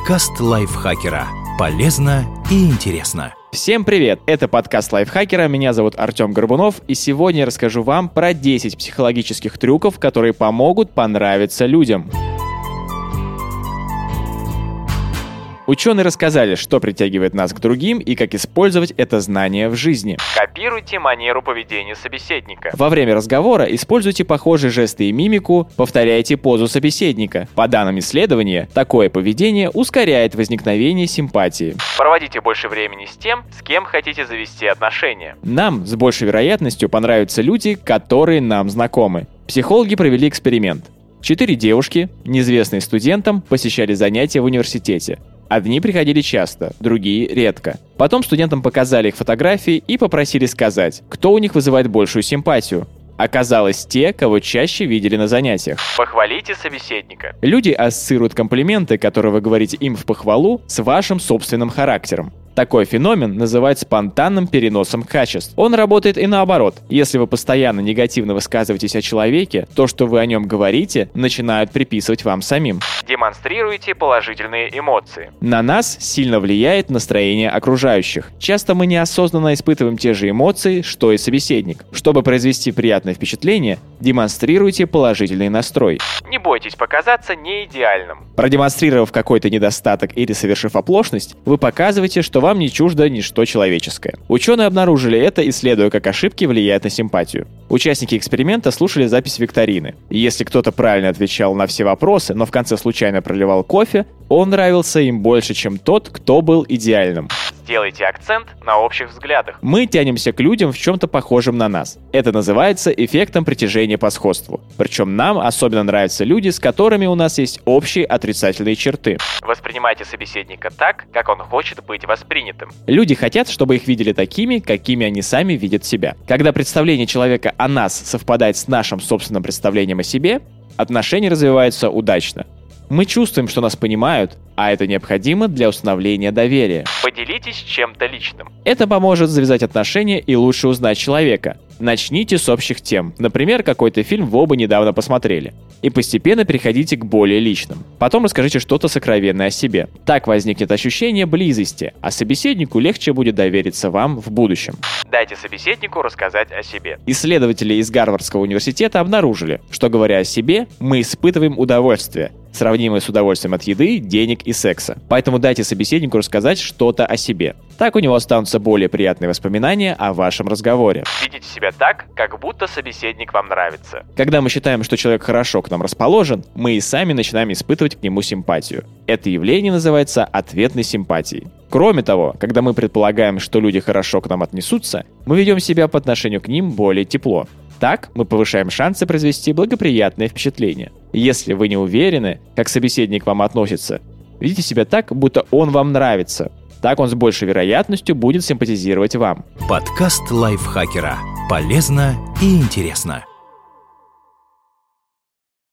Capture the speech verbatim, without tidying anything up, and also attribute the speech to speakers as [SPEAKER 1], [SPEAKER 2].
[SPEAKER 1] Подкаст лайфхакера. Полезно и интересно.
[SPEAKER 2] Всем привет! Это подкаст лайфхакера, меня зовут Артем Горбунов, и сегодня я расскажу вам про десять психологических трюков, которые помогут понравиться людям. Ученые рассказали, что притягивает нас к другим и как использовать это знание в жизни. Копируйте манеру поведения собеседника. Во время разговора используйте похожие жесты и мимику, повторяйте позу собеседника. По данным исследования, такое поведение ускоряет возникновение симпатии. Проводите больше времени с тем, с кем хотите завести отношения. Нам с большей вероятностью понравятся люди, которые нам знакомы. Психологи провели эксперимент. Четыре девушки, неизвестные студентам, посещали занятия в университете. Одни приходили часто, другие – редко. Потом студентам показали их фотографии и попросили сказать, кто у них вызывает большую симпатию. Оказалось, те, кого чаще видели на занятиях. Похвалите собеседника. Люди ассоциируют комплименты, которые вы говорите им в похвалу, с вашим собственным характером. Такой феномен называют спонтанным переносом качеств. Он работает и наоборот. Если вы постоянно негативно высказываетесь о человеке, то, что вы о нем говорите, начинают приписывать вам самим. Демонстрируйте положительные эмоции. На нас сильно влияет настроение окружающих. Часто мы неосознанно испытываем те же эмоции, что и собеседник. Чтобы произвести приятное впечатление, демонстрируйте положительный настрой. Не бойтесь показаться неидеальным. Продемонстрировав какой-то недостаток или совершив оплошность, вы показываете, что вам не чуждо ничто человеческое. Ученые обнаружили это, исследуя, как ошибки влияют на симпатию. Участники эксперимента слушали запись викторины. И если кто-то правильно отвечал на все вопросы, но в конце случайно проливал кофе, он нравился им больше, чем тот, кто был идеальным. Сделайте акцент на общих взглядах. Мы тянемся к людям в чем-то похожем на нас. Это называется эффектом притяжения по сходству. Причем нам особенно нравятся люди, с которыми у нас есть общие отрицательные черты. Воспринимайте собеседника так, как он хочет быть воспринятым. Люди хотят, чтобы их видели такими, какими они сами видят себя. Когда представление человека о нас совпадает с нашим собственным представлением о себе, отношения развиваются удачно. Мы чувствуем, что нас понимают, а это необходимо для установления доверия. Поделитесь чем-то личным. Это поможет завязать отношения и лучше узнать человека. Начните с общих тем. Например, какой-то фильм вы оба недавно посмотрели. И постепенно переходите к более личным. Потом расскажите что-то сокровенное о себе. Так возникнет ощущение близости, а собеседнику легче будет довериться вам в будущем. Дайте собеседнику рассказать о себе. Исследователи из Гарвардского университета обнаружили, что, говоря о себе, мы испытываем удовольствие, сравнимое с удовольствием от еды, денег и секса. Поэтому дайте собеседнику рассказать что-то о себе. Так у него останутся более приятные воспоминания о вашем разговоре. Ведите себя так, как будто собеседник вам нравится. Когда мы считаем, что человек хорошо к нам расположен, мы и сами начинаем испытывать к нему симпатию. Это явление называется ответной симпатией. Кроме того, когда мы предполагаем, что люди хорошо к нам отнесутся, мы ведем себя по отношению к ним более тепло. Так мы повышаем шансы произвести благоприятное впечатление. Если вы не уверены, как собеседник к вам относится, ведите себя так, будто он вам нравится. Так он с большей вероятностью будет симпатизировать вам.
[SPEAKER 1] Подкаст лайфхакера. Полезно и интересно.